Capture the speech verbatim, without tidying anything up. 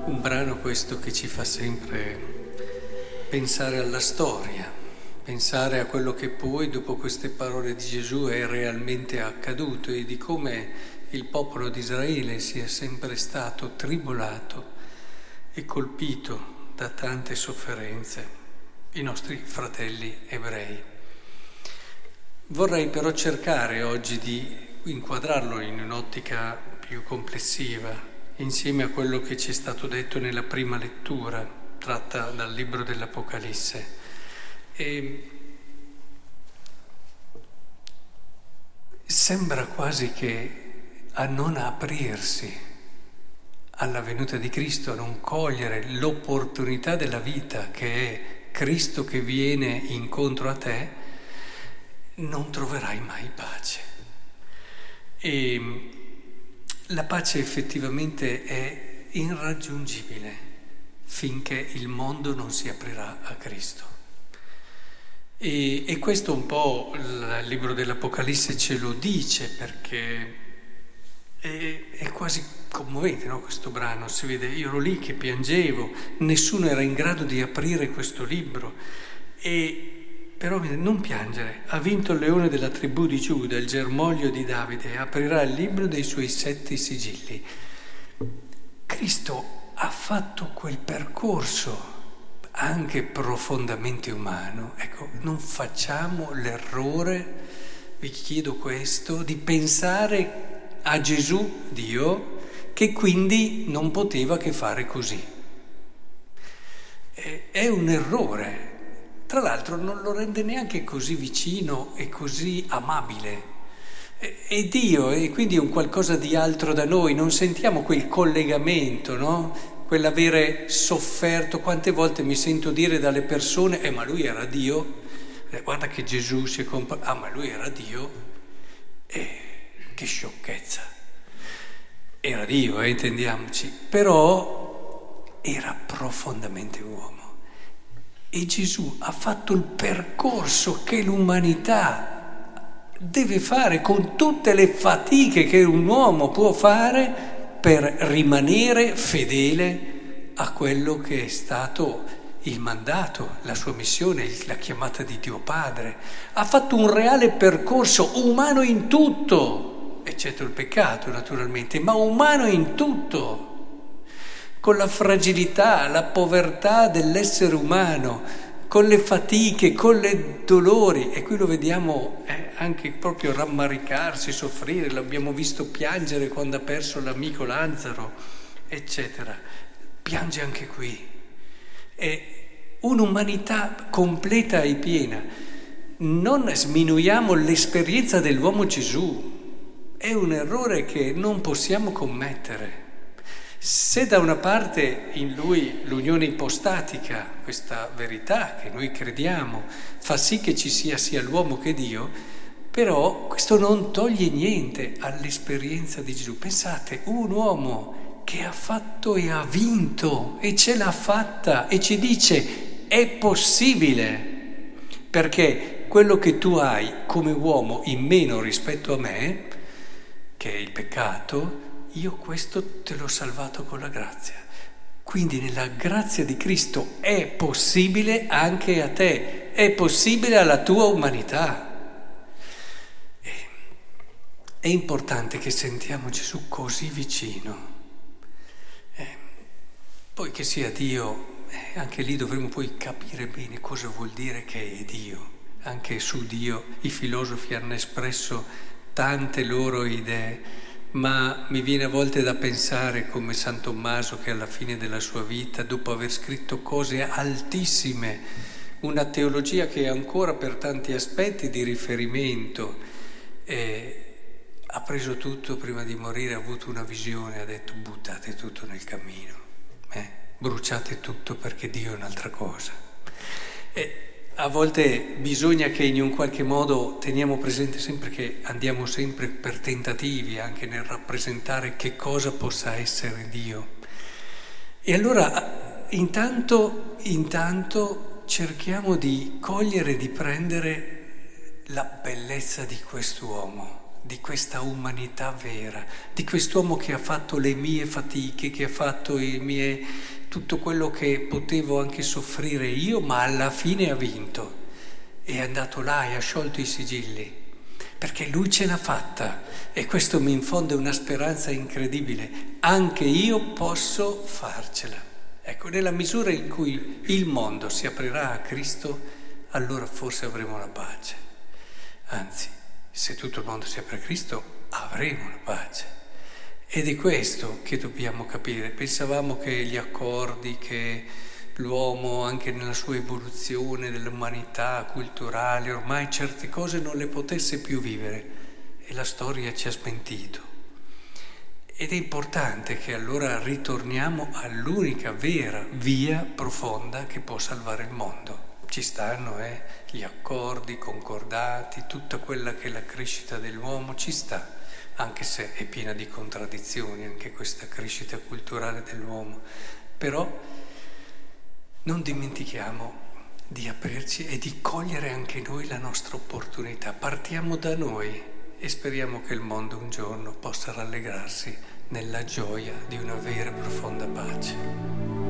Un brano questo che ci fa sempre pensare alla storia, pensare a quello che poi dopo queste parole di Gesù è realmente accaduto e di come il popolo di Israele sia sempre stato tribolato e colpito da tante sofferenze, i nostri fratelli ebrei. Vorrei però cercare oggi di inquadrarlo in un'ottica più complessiva, insieme a quello che ci è stato detto nella prima lettura, tratta dal libro dell'Apocalisse. E sembra quasi che a non aprirsi alla venuta di Cristo, a non cogliere l'opportunità della vita che è Cristo che viene incontro a te, non troverai mai pace. E la pace effettivamente è irraggiungibile finché il mondo non si aprirà a Cristo. E, e questo un po' il libro dell'Apocalisse ce lo dice, perché è, è quasi commovente, no? Questo brano, si vede, io ero lì che piangevo, nessuno era in grado di aprire questo libro, e però non piangere, ha vinto il leone della tribù di Giuda, il germoglio di Davide, aprirà il libro dei suoi sette sigilli. Cristo ha fatto quel percorso anche profondamente umano. Ecco, non facciamo l'errore, vi chiedo questo, di pensare a Gesù, Dio, che quindi non poteva che fare così. È un errore. Tra l'altro non lo rende neanche così vicino e così amabile. È Dio, e quindi è un qualcosa di altro da noi, non sentiamo quel collegamento, no? Quell'avere sofferto. Quante volte mi sento dire dalle persone, eh ma lui era Dio, eh, guarda che Gesù si è comparso, ah ma lui era Dio, eh, che sciocchezza. Era Dio, eh, intendiamoci, però era profondamente uomo. E Gesù ha fatto il percorso che l'umanità deve fare con tutte le fatiche che un uomo può fare per rimanere fedele a quello che è stato il mandato, la sua missione, la chiamata di Dio Padre. Ha fatto un reale percorso umano in tutto, eccetto il peccato naturalmente, ma umano in tutto, con la fragilità, la povertà dell'essere umano, con le fatiche, con i dolori. E qui lo vediamo eh, anche proprio rammaricarsi, soffrire, l'abbiamo visto piangere quando ha perso l'amico Lazzaro, eccetera. Piange anche qui. È un'umanità completa e piena. Non sminuiamo l'esperienza dell'uomo Gesù. È un errore che non possiamo commettere. Se da una parte in lui l'unione ipostatica, questa verità che noi crediamo, fa sì che ci sia sia l'uomo che Dio, però questo non toglie niente all'esperienza di Gesù. Pensate, un uomo che ha fatto e ha vinto e ce l'ha fatta e ci dice è possibile, perché quello che tu hai come uomo in meno rispetto a me, che è il peccato, io questo te l'ho salvato con la grazia. Quindi nella grazia di Cristo è possibile anche a te, è possibile alla tua umanità. E è importante che sentiamo Gesù così vicino. Eh, poi che sia Dio, eh, anche lì dovremo poi capire bene cosa vuol dire che è Dio. Anche su Dio i filosofi hanno espresso tante loro idee. Ma mi viene a volte da pensare come San Tommaso, che alla fine della sua vita, dopo aver scritto cose altissime, una teologia che è ancora per tanti aspetti di riferimento, eh, ha preso tutto prima di morire, ha avuto una visione, ha detto buttate tutto nel cammino, eh, bruciate tutto perché Dio è un'altra cosa. Eh, A volte bisogna che in un qualche modo teniamo presente sempre che andiamo sempre per tentativi anche nel rappresentare che cosa possa essere Dio. E allora intanto, intanto cerchiamo di cogliere, di prendere la bellezza di quest'uomo, di questa umanità vera, di quest'uomo che ha fatto le mie fatiche, che ha fatto i miei, tutto quello che potevo anche soffrire io, ma alla fine ha vinto. È andato là e ha sciolto i sigilli, perché lui ce l'ha fatta e questo mi infonde una speranza incredibile. Anche io posso farcela. Ecco, nella misura in cui il mondo si aprirà a Cristo, allora forse avremo la pace. Anzi, se tutto il mondo si apre a Cristo, avremo la pace. Ed è questo che dobbiamo capire. Pensavamo che gli accordi, che l'uomo anche nella sua evoluzione dell'umanità culturale, ormai certe cose non le potesse più vivere e la storia ci ha smentito. Ed è importante che allora ritorniamo all'unica vera via profonda che può salvare il mondo. Ci stanno eh, gli accordi, concordati, tutta quella che è la crescita dell'uomo ci sta, anche se è piena di contraddizioni anche questa crescita culturale dell'uomo. Però non dimentichiamo di aprirci e di cogliere anche noi la nostra opportunità. Partiamo da noi e speriamo che il mondo un giorno possa rallegrarsi nella gioia di una vera e profonda pace.